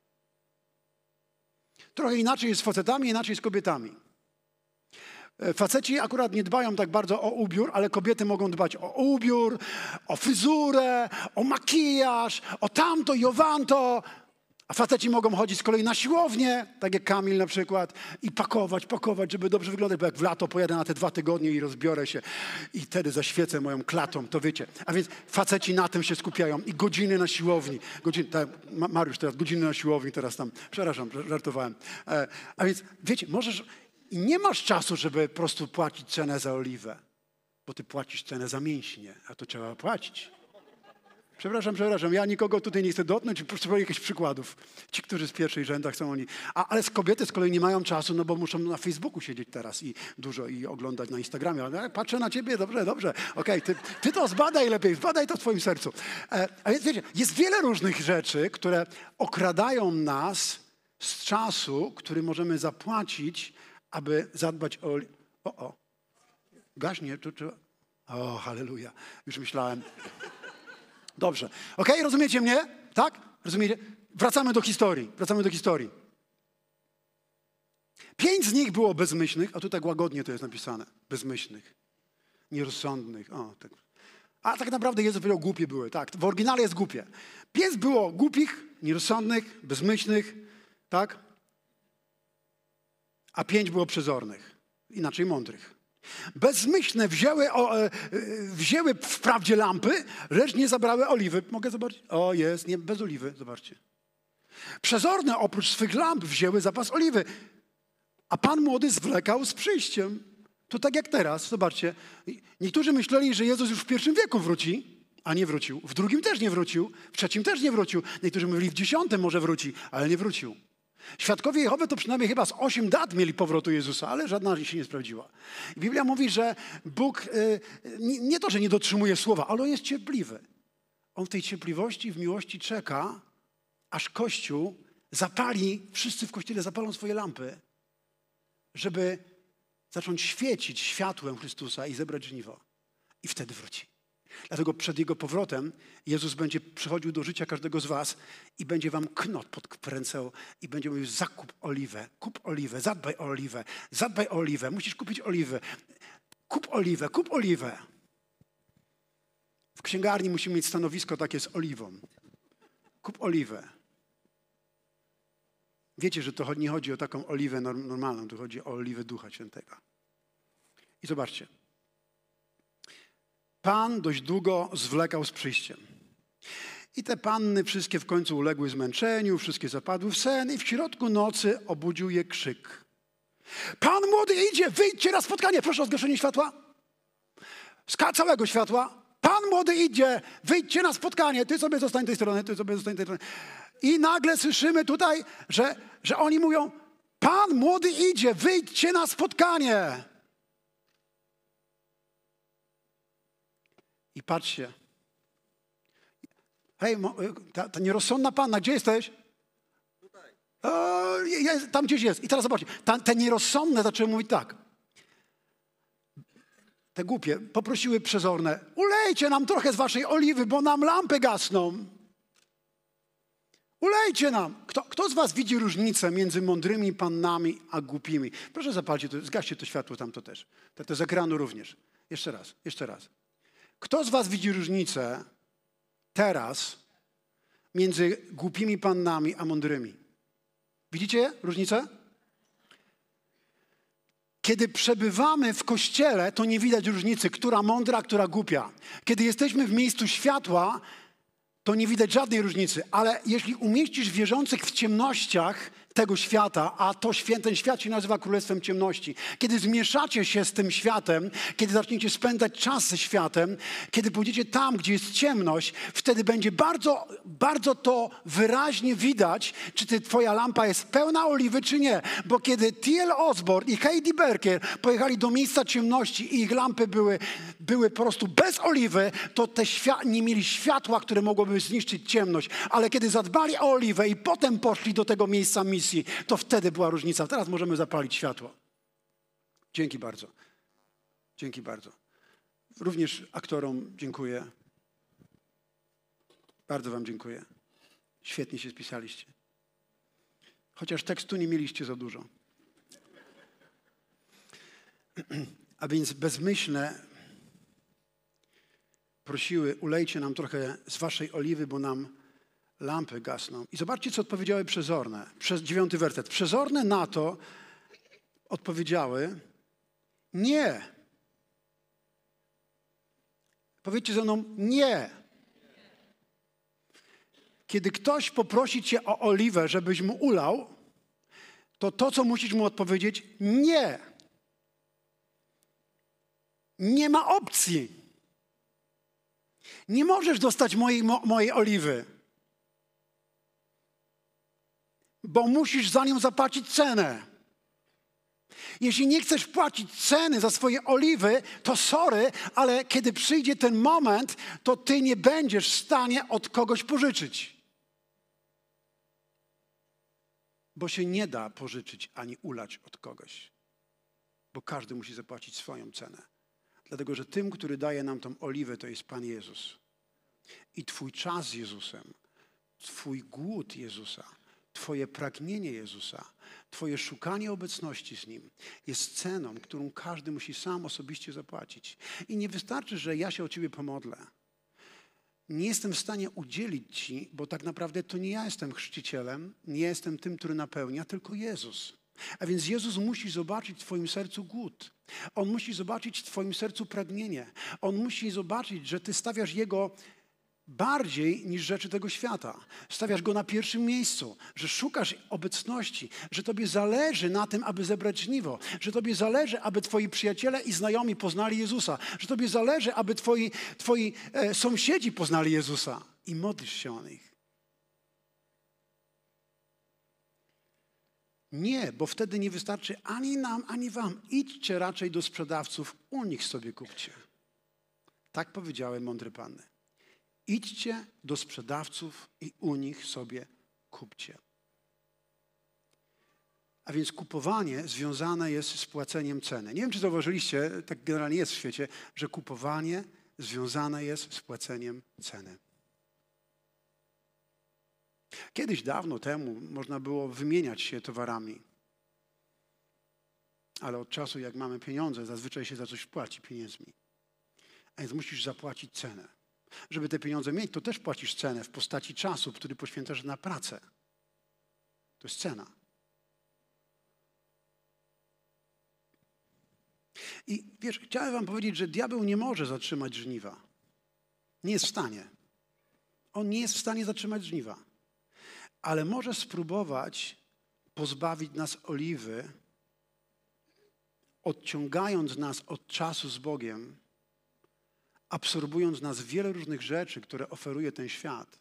Trochę inaczej jest z facetami, inaczej z kobietami. Faceci akurat nie dbają tak bardzo o ubiór, ale kobiety mogą dbać o ubiór, o fryzurę, o makijaż, o tamto i owanto. A faceci mogą chodzić z kolei na siłownię, tak jak Kamil na przykład, i pakować, pakować, żeby dobrze wyglądać, bo jak w lato pojadę na te dwa tygodnie i rozbiorę się i wtedy zaświecę moją klatą, to wiecie. A więc faceci na tym się skupiają i godziny na siłowni. Godziny, tak, Mariusz teraz, godziny na siłowni teraz tam, przepraszam, żartowałem. E, a więc wiecie, możesz, i nie masz czasu, żeby po prostu płacić cenę za oliwę, bo ty płacisz cenę za mięśnie, a to trzeba płacić. Przepraszam, przepraszam, ja nikogo tutaj nie chcę dotknąć, potrzebuję jakichś przykładów. Ci, którzy z pierwszej rzędach są oni. A, ale z kobiety z kolei nie mają czasu, no bo muszą na Facebooku siedzieć teraz i dużo i oglądać na Instagramie. Ale patrzę na ciebie, dobrze, dobrze. Okej, okay, ty, ty to zbadaj lepiej, zbadaj to w twoim sercu. E, a więc wiecie, jest wiele różnych rzeczy, które okradają nas z czasu, który możemy zapłacić, aby zadbać o... O, o. Gaśnie, tu, tu. O, halleluja. Już myślałem... Dobrze. Okej, okay, rozumiecie mnie? Tak? Rozumiecie? Wracamy do historii. Wracamy do historii. Pięć z nich było bezmyślnych, a tu tak łagodnie to jest napisane. Bezmyślnych. Nierozsądnych. O, tak. A tak naprawdę Jezus powiedział, głupie były. Tak, w oryginale jest głupie. Pięć było głupich, nierozsądnych, bezmyślnych. Tak? A pięć było przezornych. Inaczej mądrych. Bezmyślne wzięły, o, e, wzięły wprawdzie lampy, lecz nie zabrały oliwy. Mogę zobaczyć? O, jest, nie, bez oliwy, zobaczcie. Przezorne oprócz swych lamp wzięły zapas oliwy, a pan młody zwlekał z przyjściem. To tak jak teraz, zobaczcie. Niektórzy myśleli, że Jezus już w pierwszym wieku wróci, a nie wrócił. W drugim też nie wrócił, w trzecim też nie wrócił. Niektórzy mówili, w dziesiątym może wróci, ale nie wrócił. Świadkowie Jehowy to przynajmniej chyba z osiem dat mieli powrotu Jezusa, ale żadna się nie sprawdziła. I Biblia mówi, że Bóg y, nie, nie to, że nie dotrzymuje słowa, ale On jest cierpliwy. On w tej cierpliwości, w miłości czeka, aż Kościół zapali, wszyscy w Kościele zapalą swoje lampy, żeby zacząć świecić światłem Chrystusa i zebrać żniwo. I wtedy wróci. Dlatego przed Jego powrotem Jezus będzie przychodził do życia każdego z was i będzie wam knot podkręcał i będzie mówił, zakup oliwę, kup oliwę, zadbaj o oliwę, zadbaj o oliwę, musisz kupić oliwę, kup oliwę, kup oliwę. W księgarni musimy mieć stanowisko takie z oliwą. Kup oliwę. Wiecie, że to nie chodzi o taką oliwę normalną, to chodzi o oliwę Ducha Świętego. I zobaczcie. Pan dość długo zwlekał z przyjściem. I te panny wszystkie w końcu uległy zmęczeniu, wszystkie zapadły w sen i w środku nocy obudził je krzyk. Pan młody idzie, wyjdźcie na spotkanie. Proszę o zgaszenie światła. Z całego światła. Pan młody idzie, wyjdźcie na spotkanie. Ty sobie zostań tej strony, ty sobie zostań tej strony. I nagle słyszymy tutaj, że, że oni mówią, Pan młody idzie, wyjdźcie na spotkanie. I patrzcie. Hej, ta, ta nierozsądna panna, gdzie jesteś? Tutaj. O, jest, tam gdzieś jest. I teraz zobaczcie, ta, te nierozsądne zaczęły mówić tak. Te głupie poprosiły przezorne, ulejcie nam trochę z waszej oliwy, bo nam lampy gasną. Ulejcie nam. Kto, kto z was widzi różnicę między mądrymi pannami a głupimi? Proszę zapalcie to, zgaście to światło tam to też. To, to z ekranu również. Jeszcze raz, jeszcze raz. Kto z was widzi różnicę teraz między głupimi pannami a mądrymi? Widzicie różnicę? Kiedy przebywamy w Kościele, to nie widać różnicy, która mądra, która głupia. Kiedy jesteśmy w miejscu światła, to nie widać żadnej różnicy. Ale jeśli umieścisz wierzących w ciemnościach tego świata, a to ten świat się nazywa Królestwem Ciemności. Kiedy zmieszacie się z tym światem, kiedy zaczniecie spędzać czas ze światem, kiedy pójdziecie tam, gdzie jest ciemność, wtedy będzie bardzo, bardzo to wyraźnie widać, czy ty, twoja lampa jest pełna oliwy, czy nie. Bo kiedy T L Osborne i Heidi Berker pojechali do miejsca ciemności i ich lampy były, były po prostu bez oliwy, to te świat, nie mieli światła, które mogłoby zniszczyć ciemność. Ale kiedy zadbali o oliwę i potem poszli do tego miejsca misji, to wtedy była różnica. Teraz możemy zapalić światło. Dzięki bardzo. Dzięki bardzo. Również aktorom dziękuję. Bardzo wam dziękuję. Świetnie się spisaliście. Chociaż tekstu nie mieliście za dużo. A więc bezmyślne prosiły, ulejcie nam trochę z waszej oliwy, bo nam lampy gasną. I zobaczcie, co odpowiedziały przezorne. Przez dziewiąty werset. Przezorne na to odpowiedziały nie. Powiedzcie ze mną nie. Kiedy ktoś poprosi cię o oliwę, żebyś mu ulał, to to, co musisz mu odpowiedzieć, nie. Nie ma opcji. Nie możesz dostać mojej, mo, mojej oliwy, bo musisz za nią zapłacić cenę. Jeśli nie chcesz płacić ceny za swoje oliwy, to sorry, ale kiedy przyjdzie ten moment, to ty nie będziesz w stanie od kogoś pożyczyć. Bo się nie da pożyczyć ani ulać od kogoś. Bo każdy musi zapłacić swoją cenę. Dlatego, że tym, który daje nam tą oliwę, to jest Pan Jezus. I twój czas z Jezusem, twój głód Jezusa, twoje pragnienie Jezusa, twoje szukanie obecności z Nim jest ceną, którą każdy musi sam osobiście zapłacić. I nie wystarczy, że ja się o ciebie pomodlę. Nie jestem w stanie udzielić ci, bo tak naprawdę to nie ja jestem chrzcicielem, nie jestem tym, który napełnia, tylko Jezus. A więc Jezus musi zobaczyć w twoim sercu głód. On musi zobaczyć w twoim sercu pragnienie. On musi zobaczyć, że ty stawiasz Jego bardziej niż rzeczy tego świata. Stawiasz Go na pierwszym miejscu, że szukasz obecności, że tobie zależy na tym, aby zebrać żniwo, że tobie zależy, aby twoi przyjaciele i znajomi poznali Jezusa, że tobie zależy, aby twoi, twoi e, sąsiedzi poznali Jezusa i modlisz się o nich. Nie, bo wtedy nie wystarczy ani nam, ani wam. Idźcie raczej do sprzedawców, u nich sobie kupcie. Tak powiedziały mądre panny. Idźcie do sprzedawców i u nich sobie kupcie. A więc kupowanie związane jest z płaceniem ceny. Nie wiem, czy zauważyliście, tak generalnie jest w świecie, że kupowanie związane jest z płaceniem ceny. Kiedyś dawno temu można było wymieniać się towarami. Ale od czasu, jak mamy pieniądze, zazwyczaj się za coś płaci pieniędzmi. A więc musisz zapłacić cenę. Żeby te pieniądze mieć, to też płacisz cenę w postaci czasu, który poświęcasz na pracę. To jest cena. I wiesz, chciałem wam powiedzieć, że diabeł nie może zatrzymać żniwa. Nie jest w stanie. On nie jest w stanie zatrzymać żniwa. Ale może spróbować pozbawić nas oliwy, odciągając nas od czasu z Bogiem, absorbując nas wiele różnych rzeczy, które oferuje ten świat.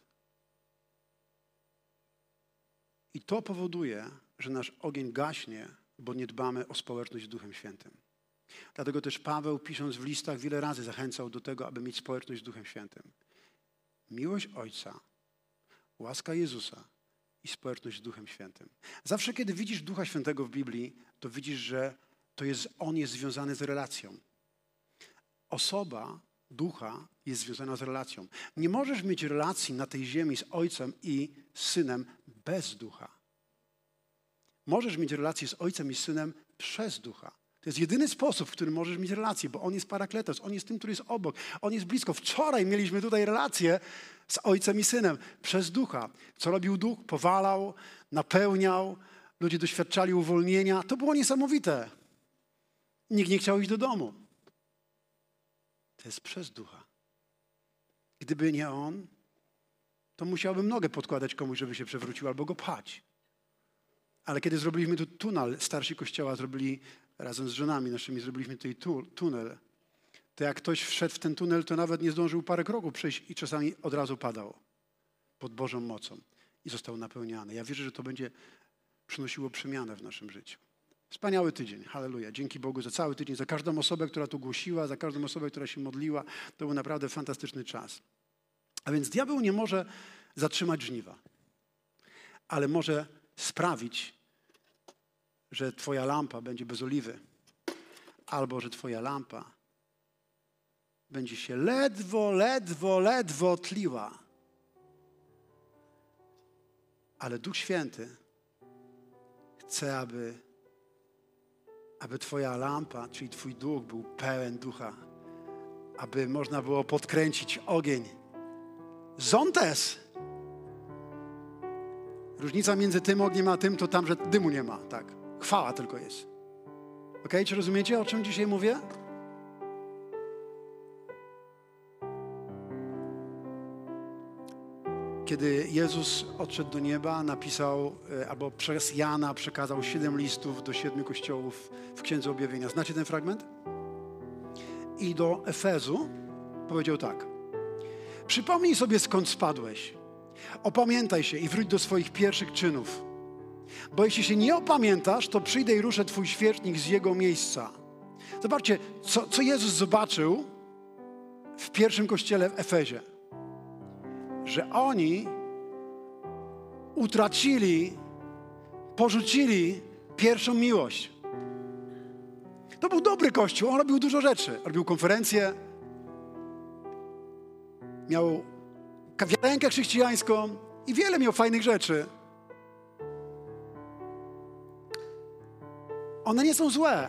I to powoduje, że nasz ogień gaśnie, bo nie dbamy o społeczność z Duchem Świętym. Dlatego też Paweł, pisząc w listach, wiele razy zachęcał do tego, aby mieć społeczność z Duchem Świętym. Miłość Ojca, łaska Jezusa i społeczność z Duchem Świętym. Zawsze, kiedy widzisz Ducha Świętego w Biblii, to widzisz, że to jest, On jest związany z relacją. Osoba Ducha jest związana z relacją. Nie możesz mieć relacji na tej ziemi z Ojcem i Synem bez Ducha. Możesz mieć relację z Ojcem i Synem przez Ducha. To jest jedyny sposób, w którym możesz mieć relację, bo On jest Parakletos, On jest tym, który jest obok, On jest blisko. Wczoraj mieliśmy tutaj relację z Ojcem i Synem przez Ducha. Co robił Duch? Powalał, napełniał, ludzie doświadczali uwolnienia. To było niesamowite. Nikt nie chciał iść do domu. To jest przez Ducha. Gdyby nie On, to musiałbym nogę podkładać komuś, żeby się przewrócił, albo go pchać. Ale kiedy zrobiliśmy tu tunel, starsi Kościoła zrobili razem z żonami naszymi, zrobiliśmy tutaj tu, tunel, to jak ktoś wszedł w ten tunel, to nawet nie zdążył parę kroków przejść i czasami od razu padał pod Bożą mocą i został napełniany. Ja wierzę, że to będzie przynosiło przemianę w naszym życiu. Wspaniały tydzień, halleluja. Dzięki Bogu za cały tydzień, za każdą osobę, która tu głosiła, za każdą osobę, która się modliła. To był naprawdę fantastyczny czas. A więc diabeł nie może zatrzymać żniwa, ale może sprawić, że twoja lampa będzie bez oliwy, albo że twoja lampa będzie się ledwo, ledwo, ledwo tliła. Ale Duch Święty chce, aby aby twoja lampa, czyli twój duch był pełen Ducha, aby można było podkręcić ogień. Zontes! Różnica między tym ogniem a tym, to tam, że dymu nie ma, tak. Chwała tylko jest. Okej, czy rozumiecie, o czym dzisiaj mówię? Kiedy Jezus odszedł do nieba, napisał, albo przez Jana przekazał siedem listów do siedmiu kościołów w Księdze Objawienia. Znacie ten fragment? I do Efezu powiedział tak. Przypomnij sobie, skąd spadłeś. Opamiętaj się i wróć do swoich pierwszych czynów. Bo jeśli się nie opamiętasz, to przyjdę i ruszę twój świecznik z jego miejsca. Zobaczcie, co, co Jezus zobaczył w pierwszym kościele w Efezie. Że oni utracili, porzucili pierwszą miłość. To był dobry kościół, on robił dużo rzeczy. Robił konferencje, miał kawiarenkę chrześcijańską i wiele miał fajnych rzeczy. One nie są złe,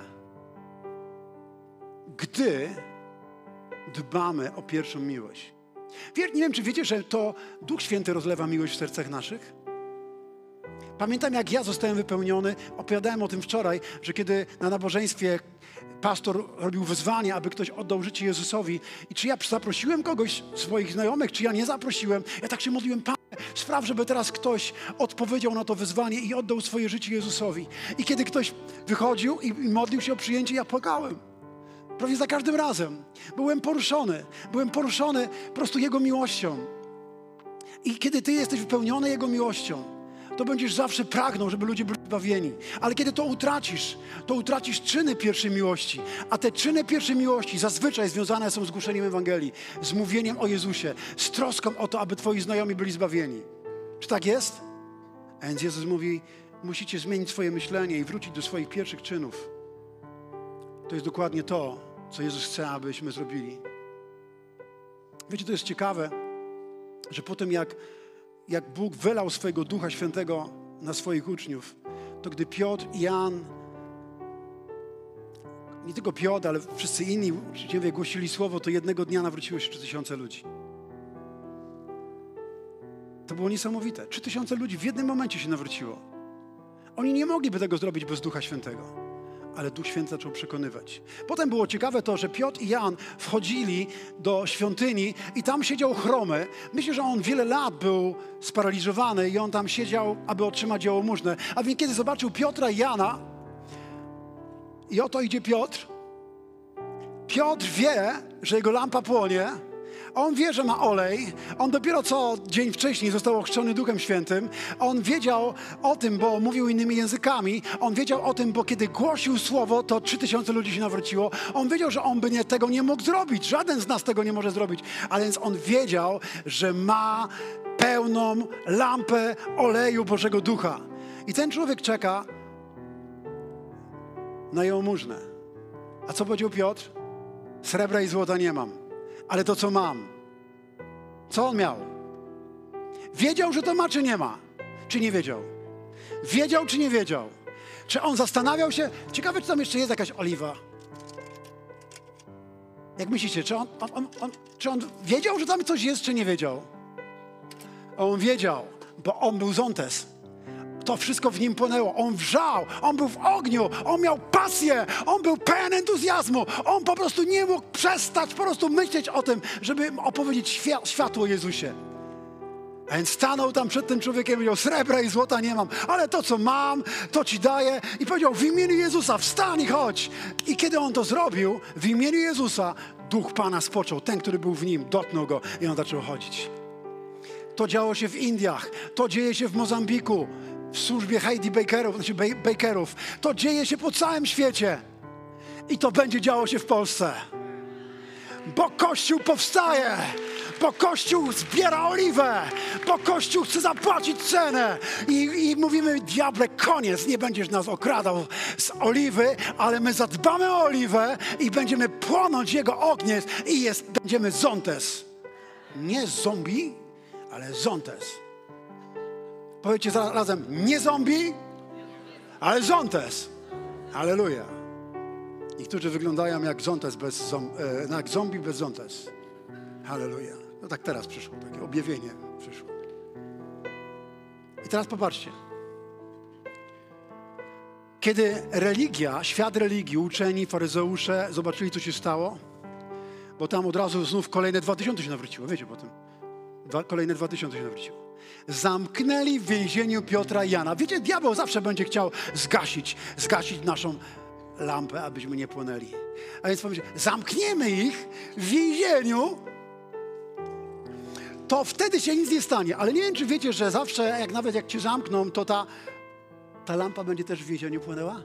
gdy dbamy o pierwszą miłość. Nie wiem, czy wiecie, że to Duch Święty rozlewa miłość w sercach naszych? Pamiętam, jak ja zostałem wypełniony. Opowiadałem o tym wczoraj, że kiedy na nabożeństwie pastor robił wezwanie, aby ktoś oddał życie Jezusowi. I czy ja zaprosiłem kogoś z swoich znajomych, czy ja nie zaprosiłem? Ja tak się modliłem, Panie, spraw, żeby teraz ktoś odpowiedział na to wezwanie i oddał swoje życie Jezusowi. I kiedy ktoś wychodził i modlił się o przyjęcie, ja płakałem. Prawie za każdym razem. Byłem poruszony. Byłem poruszony po prostu Jego miłością. I kiedy Ty jesteś wypełniony Jego miłością, to będziesz zawsze pragnął, żeby ludzie byli zbawieni. Ale kiedy to utracisz, to utracisz czyny pierwszej miłości. A te czyny pierwszej miłości zazwyczaj związane są z głoszeniem Ewangelii, z mówieniem o Jezusie, z troską o to, aby twoi znajomi byli zbawieni. Czy tak jest? A więc Jezus mówi, musicie zmienić swoje myślenie i wrócić do swoich pierwszych czynów. To jest dokładnie to, co Jezus chce, abyśmy zrobili. Wiecie, to jest ciekawe, że po tym jak jak Bóg wylał swojego Ducha Świętego na swoich uczniów, to gdy Piotr i Jan, nie tylko Piotr, ale wszyscy inni uczniowie głosili słowo, to jednego dnia nawróciło się trzy tysiące ludzi. To było niesamowite. Trzy tysiące ludzi w jednym momencie się nawróciło. Oni nie mogliby tego zrobić bez Ducha Świętego. Ale Duch Święty zaczął przekonywać. Potem było ciekawe to, że Piotr i Jan wchodzili do świątyni i tam siedział chromy. Myślę, że on wiele lat był sparaliżowany i on tam siedział, aby otrzymać jałmużnę. A więc kiedy zobaczył Piotra i Jana, i oto idzie Piotr, Piotr wie, że jego lampa płonie, on wie, że ma olej. On dopiero co dzień wcześniej został ochrzczony Duchem Świętym. On wiedział o tym, bo mówił innymi językami. On wiedział o tym, bo kiedy głosił słowo, to trzy tysiące ludzi się nawróciło. On wiedział, że on by nie, tego nie mógł zrobić. Żaden z nas tego nie może zrobić. Ale więc on wiedział, że ma pełną lampę oleju Bożego Ducha. I ten człowiek czeka na jałmużnę. A co powiedział Piotr? Srebra i złota nie mam. Ale to, co mam. Co on miał? Wiedział, że to ma, czy nie ma? Czy nie wiedział? Wiedział, czy nie wiedział? Czy on zastanawiał się? Ciekawe, czy tam jeszcze jest jakaś oliwa. Jak myślicie, czy on, on, on, on, czy on wiedział, że tam coś jest, czy nie wiedział? On wiedział, bo on był zontes. To wszystko w nim płonęło. On wrzał, on był w ogniu, on miał pasję, on był pełen entuzjazmu. On po prostu nie mógł przestać po prostu myśleć o tym, żeby opowiedzieć świat, światło o Jezusie. A więc stanął tam przed tym człowiekiem i powiedział, srebra i złota nie mam, ale to, co mam, to ci daję. I powiedział, w imieniu Jezusa wstań i chodź. I kiedy on to zrobił, w imieniu Jezusa, Duch Pana spoczął. Ten, który był w nim, dotknął go i on zaczął chodzić. To działo się w Indiach, to dzieje się w Mozambiku, w służbie Heidi Bakerów, znaczy Bakerów. To dzieje się po całym świecie. I to będzie działo się w Polsce. Bo Kościół powstaje. Bo Kościół zbiera oliwę. Bo Kościół chce zapłacić cenę. I, i mówimy, diable, koniec. Nie będziesz nas okradał z oliwy, ale my zadbamy o oliwę i będziemy płonąć Jego ogniem i jest, będziemy zontes. Nie zombie, ale zontes. Powiedzcie razem, nie zombie, ale zontes. Halleluja. Niektórzy wyglądają jak zontes bez zom, e, jak zombie bez zontes. Halleluja. No tak teraz przyszło, takie objawienie przyszło. I teraz popatrzcie. Kiedy religia, świat religii, uczeni, faryzeusze zobaczyli, co się stało, bo tam od razu znów kolejne dwa tysiące się nawróciło. Wiecie po tym. Dwa, kolejne dwa tysiące się nawróciło. Zamknęli w więzieniu Piotra i Jana. Wiecie, diabeł zawsze będzie chciał zgasić, zgasić naszą lampę, abyśmy nie płonęli. A więc powiedział, zamkniemy ich w więzieniu to wtedy się nic nie stanie. Ale nie wiem, czy wiecie, że zawsze, jak nawet jak cię zamkną, to ta, ta lampa będzie też w więzieniu płynęła?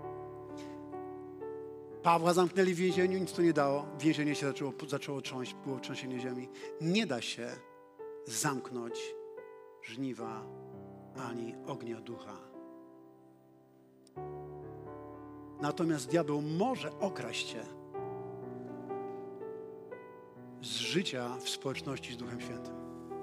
Pawła zamknęli w więzieniu, nic to nie dało. Więzienie się zaczęło, zaczęło trząść, było trzęsienie ziemi. Nie da się zamknąć żniwa ani ognia ducha. Natomiast diabeł może okraść cię z życia w społeczności z Duchem Świętym.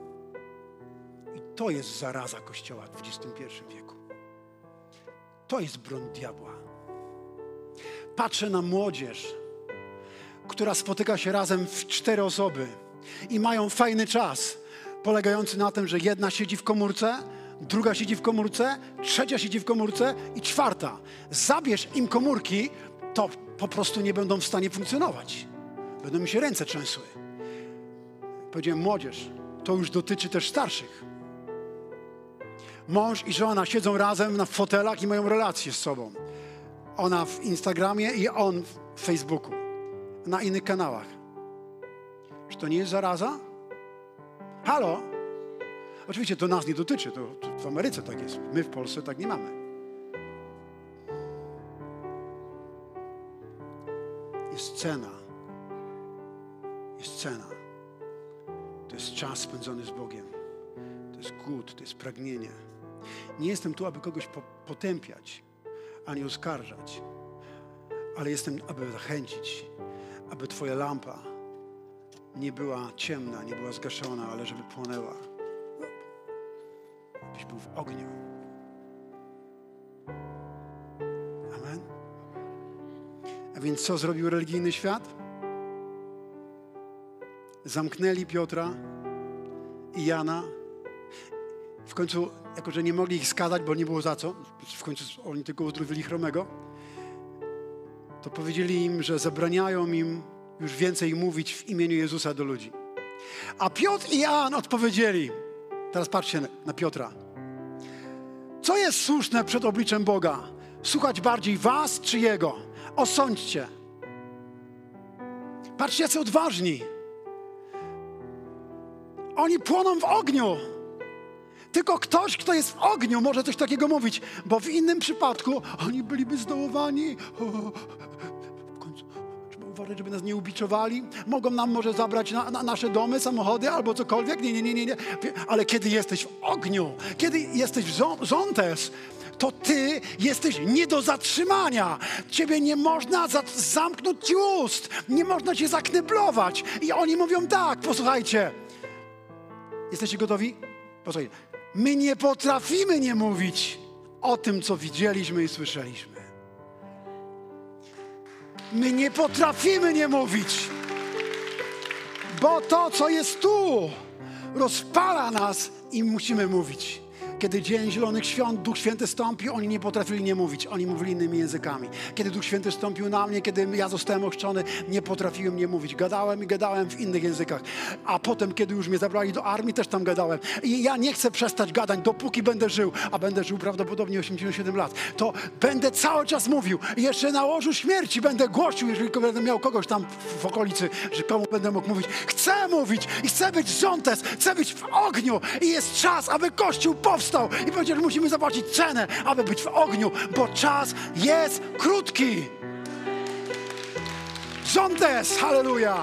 I to jest zaraza Kościoła w dwudziestym pierwszym wieku. To jest broń diabła. Patrzę na młodzież, która spotyka się razem w cztery osoby i mają fajny czas, polegający na tym, że jedna siedzi w komórce, druga siedzi w komórce, trzecia siedzi w komórce i czwarta. Zabierz im komórki, to po prostu nie będą w stanie funkcjonować. Będą mi się ręce trzęsły. Powiedziałem, młodzież, to już dotyczy też starszych. Mąż i żona siedzą razem na fotelach i mają relacje z sobą. Ona w Instagramie i on w Facebooku. Na innych kanałach. Czy to nie jest zaraza? Halo? Oczywiście to nas nie dotyczy, to, to w Ameryce tak jest. My w Polsce tak nie mamy. Jest cena. Jest cena. To jest czas spędzony z Bogiem. To jest głód, to jest pragnienie. Nie jestem tu, aby kogoś po- potępiać, ani oskarżać, ale jestem, aby zachęcić, aby twoja lampa nie była ciemna, nie była zgaszona, ale żeby płonęła. Byś był w ogniu. Amen. A więc co zrobił religijny świat? Zamknęli Piotra i Jana. W końcu, jako że nie mogli ich skazać, bo nie było za co, w końcu oni tylko uzdrowili chromego, to powiedzieli im, że zabraniają im już więcej mówić w imieniu Jezusa do ludzi. A Piotr i Jan odpowiedzieli, teraz patrzcie na Piotra, co jest słuszne przed obliczem Boga? Słuchać bardziej was czy Jego? Osądźcie. Patrzcie, jacy odważni. Oni płoną w ogniu. Tylko ktoś, kto jest w ogniu, może coś takiego mówić, bo w innym przypadku oni byliby zdołowani. O, w końcu trzeba uważać, żeby nas nie ubiczowali. Mogą nam może zabrać na, na nasze domy, samochody albo cokolwiek. Nie, nie, nie, nie, nie. Ale kiedy jesteś w ogniu, kiedy jesteś w zontes, to ty jesteś nie do zatrzymania. Ciebie nie można za- zamknąć ci ust. Nie można cię zakneblować. I oni mówią tak, posłuchajcie. Jesteście gotowi? Posłuchajcie. My nie potrafimy nie mówić o tym, co widzieliśmy i słyszeliśmy. My nie potrafimy nie mówić, bo to, co jest tu, rozpala nas i musimy mówić. Kiedy Dzień Zielonych Świąt, Duch Święty stąpił, oni nie potrafili nie mówić. Oni mówili innymi językami. Kiedy Duch Święty stąpił na mnie, kiedy ja zostałem ochrzczony, nie potrafiłem nie mówić. Gadałem i gadałem w innych językach. A potem, kiedy już mnie zabrali do armii, też tam gadałem. I ja nie chcę przestać gadać, dopóki będę żył, a będę żył prawdopodobnie osiemdziesiąt siedem lat. To będę cały czas mówił. I jeszcze na łożu śmierci będę głosił, jeżeli będę miał kogoś tam w, w okolicy, że komu będę mógł mówić. Chcę mówić i chcę być żątes, chcę być w ogniu. I jest czas, aby Kościół powstał. I powiedział, że musimy zapłacić cenę, aby być w ogniu, bo czas jest krótki. Żądes, halleluja.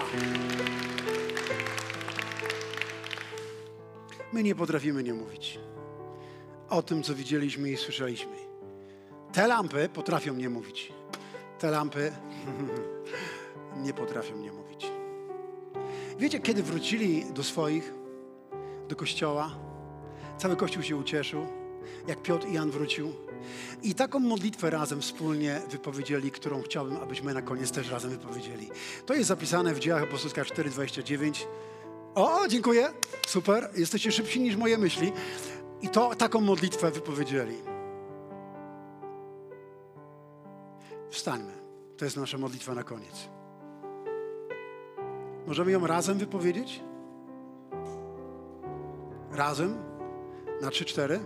My nie potrafimy nie mówić o tym, co widzieliśmy i słyszeliśmy. Te lampy potrafią nie mówić. Te lampy nie potrafią nie mówić. Wiecie, kiedy wrócili do swoich, do kościoła, cały Kościół się ucieszył, jak Piotr i Jan wrócił. I taką modlitwę razem wspólnie wypowiedzieli, którą chciałbym, abyśmy na koniec też razem wypowiedzieli. To jest zapisane w Dziejach Apostolskich cztery dwadzieścia dziewięć. O, dziękuję. Super. Jesteście szybsi niż moje myśli. I to taką modlitwę wypowiedzieli. Wstańmy. To jest nasza modlitwa na koniec. Możemy ją razem wypowiedzieć? Razem? Na trzy, cztery?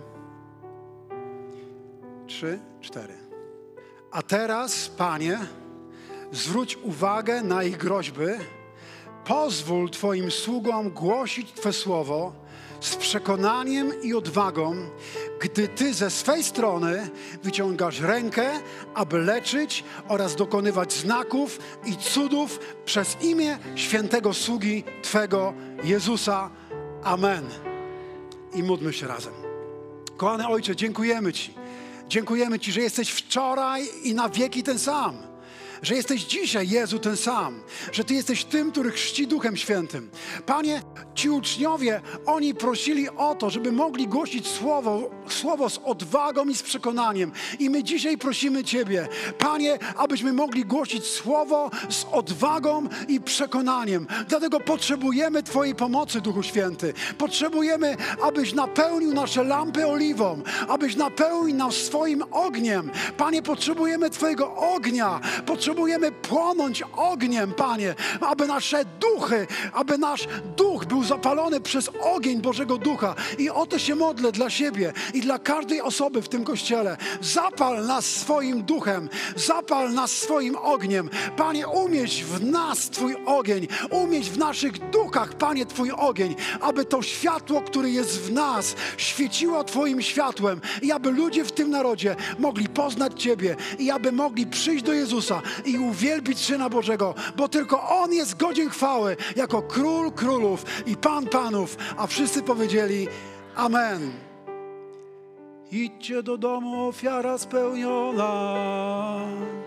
Trzy, cztery. A teraz, Panie, zwróć uwagę na ich groźby, Pozwól Twoim sługom głosić Twe słowo z przekonaniem i odwagą, gdy Ty ze swej strony wyciągasz rękę, aby leczyć oraz dokonywać znaków i cudów przez imię świętego sługi Twego Jezusa. Amen. I módlmy się razem. Kochany Ojcze, dziękujemy Ci. Dziękujemy Ci, że jesteś wczoraj i na wieki ten sam. Że jesteś dzisiaj, Jezu, ten sam. Że Ty jesteś tym, który chrzci Duchem Świętym. Panie, ci uczniowie, oni prosili o to, żeby mogli głosić słowo, słowo z odwagą i z przekonaniem. I my dzisiaj prosimy Ciebie, Panie, abyśmy mogli głosić słowo z odwagą i przekonaniem. Dlatego potrzebujemy Twojej pomocy, Duchu Święty. Potrzebujemy, abyś napełnił nasze lampy oliwą, abyś napełnił nas swoim ogniem. Panie, potrzebujemy Twojego ognia. Potrzebujemy płonąć ogniem, Panie, aby nasze duchy, aby nasz duch był zapalony przez ogień Bożego Ducha. I o to się modlę dla siebie i dla każdej osoby w tym Kościele. Zapal nas swoim duchem, zapal nas swoim ogniem. Panie, umieść w nas Twój ogień, umieść w naszych duchach, Panie, Twój ogień, aby to światło, które jest w nas, świeciło Twoim światłem i aby ludzie w tym narodzie mogli poznać Ciebie i aby mogli przyjść do Jezusa i uwielbić Syna Bożego, bo tylko On jest godzien chwały jako Król Królów i Pan Panów, a wszyscy powiedzieli Amen. Idźcie do domu, ofiara spełniona.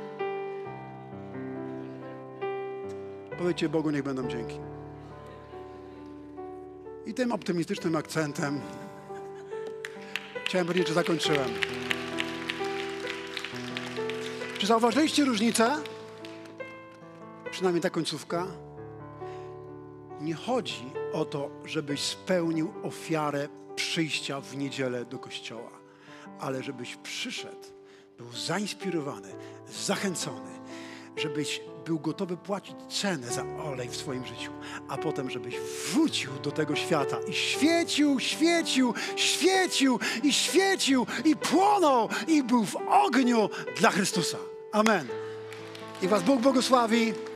Powiedzcie Bogu, niech będą dzięki. I tym optymistycznym akcentem chciałem powiedzieć, że zakończyłem. Czy zauważyliście różnicę? Przynajmniej ta końcówka. Nie chodzi o to, żebyś spełnił ofiarę przyjścia w niedzielę do kościoła, ale żebyś przyszedł, był zainspirowany, zachęcony, żebyś był gotowy płacić cenę za olej w swoim życiu, a potem żebyś wrócił do tego świata i świecił, świecił, świecił i świecił i płonął i był w ogniu dla Chrystusa. Amen. I was Bóg błogosławi.